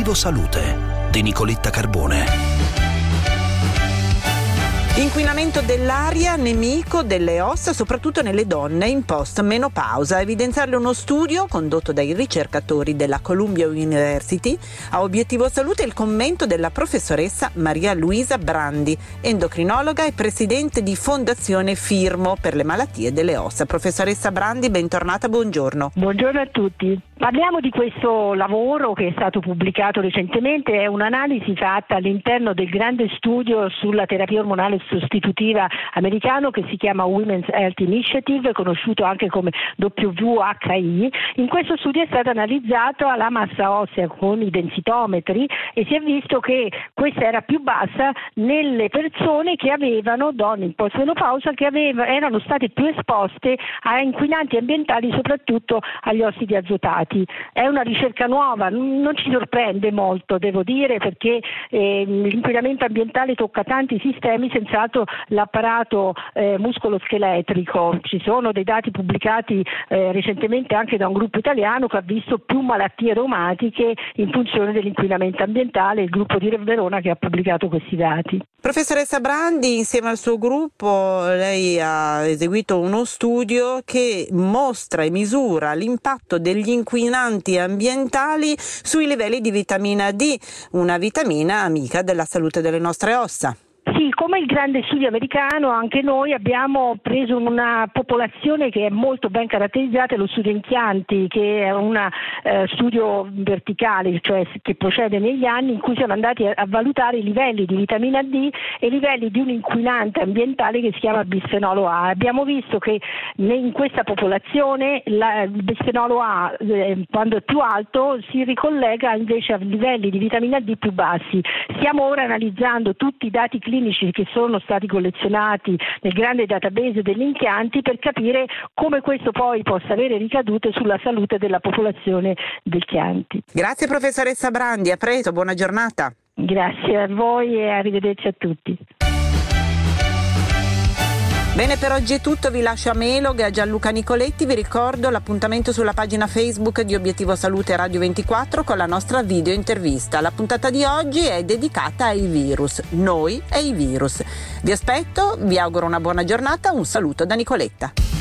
Obiettivo Salute di Nicoletta Carbone. Inquinamento dell'aria nemico delle ossa, soprattutto nelle donne in post-menopausa. A evidenziarlo uno studio condotto dai ricercatori della Columbia University. A Obiettivo Salute il commento della professoressa Maria Luisa Brandi, endocrinologa e presidente di Fondazione Firmo per le malattie delle ossa. Professoressa Brandi, bentornata, buongiorno. Buongiorno a tutti. Parliamo di questo lavoro che è stato pubblicato recentemente, è un'analisi fatta all'interno del grande studio sulla terapia ormonale sostitutiva americano che si chiama Women's Health Initiative, conosciuto anche come WHI. In questo studio è stata analizzata la massa ossea con i densitometri e si è visto che questa era più bassa nelle persone che avevano, donne in postmenopausa, che erano state più esposte a inquinanti ambientali, soprattutto agli ossidi azotati. È una ricerca nuova, non ci sorprende molto, devo dire, perché l'inquinamento ambientale tocca tanti sistemi, senz'altro l'apparato muscoloscheletrico. Ci sono dei dati pubblicati recentemente anche da un gruppo italiano che ha visto più malattie reumatiche in funzione dell'inquinamento ambientale, il gruppo di Verona che ha pubblicato questi dati. Professoressa Brandi, insieme al suo gruppo lei ha eseguito uno studio che mostra e misura l'impatto degli inquinanti ambientali sui livelli di vitamina D, una vitamina amica della salute delle nostre ossa. Sì, come il grande studio americano, anche noi abbiamo preso una popolazione che è molto ben caratterizzata, lo studio in Chianti, che è un studio verticale, cioè che procede negli anni, in cui siamo andati a valutare i livelli di vitamina D e i livelli di un inquinante ambientale che si chiama bisfenolo A. Abbiamo visto che in questa popolazione il bisfenolo A, quando è più alto, si ricollega invece a livelli di vitamina D più bassi. Stiamo ora analizzando tutti i dati clinici che sono stati collezionati nel grande database degli impianti per capire come questo poi possa avere ricadute sulla salute della popolazione del Chianti. Grazie professoressa Brandi, a presto, buona giornata. Grazie a voi e arrivederci a tutti. Bene, per oggi è tutto, vi lascio a Melog e a Gianluca Nicoletti. Vi ricordo l'appuntamento sulla pagina Facebook di Obiettivo Salute Radio 24 con la nostra video intervista. La puntata di oggi è dedicata ai virus, noi e i virus. Vi aspetto, vi auguro una buona giornata, un saluto da Nicoletta.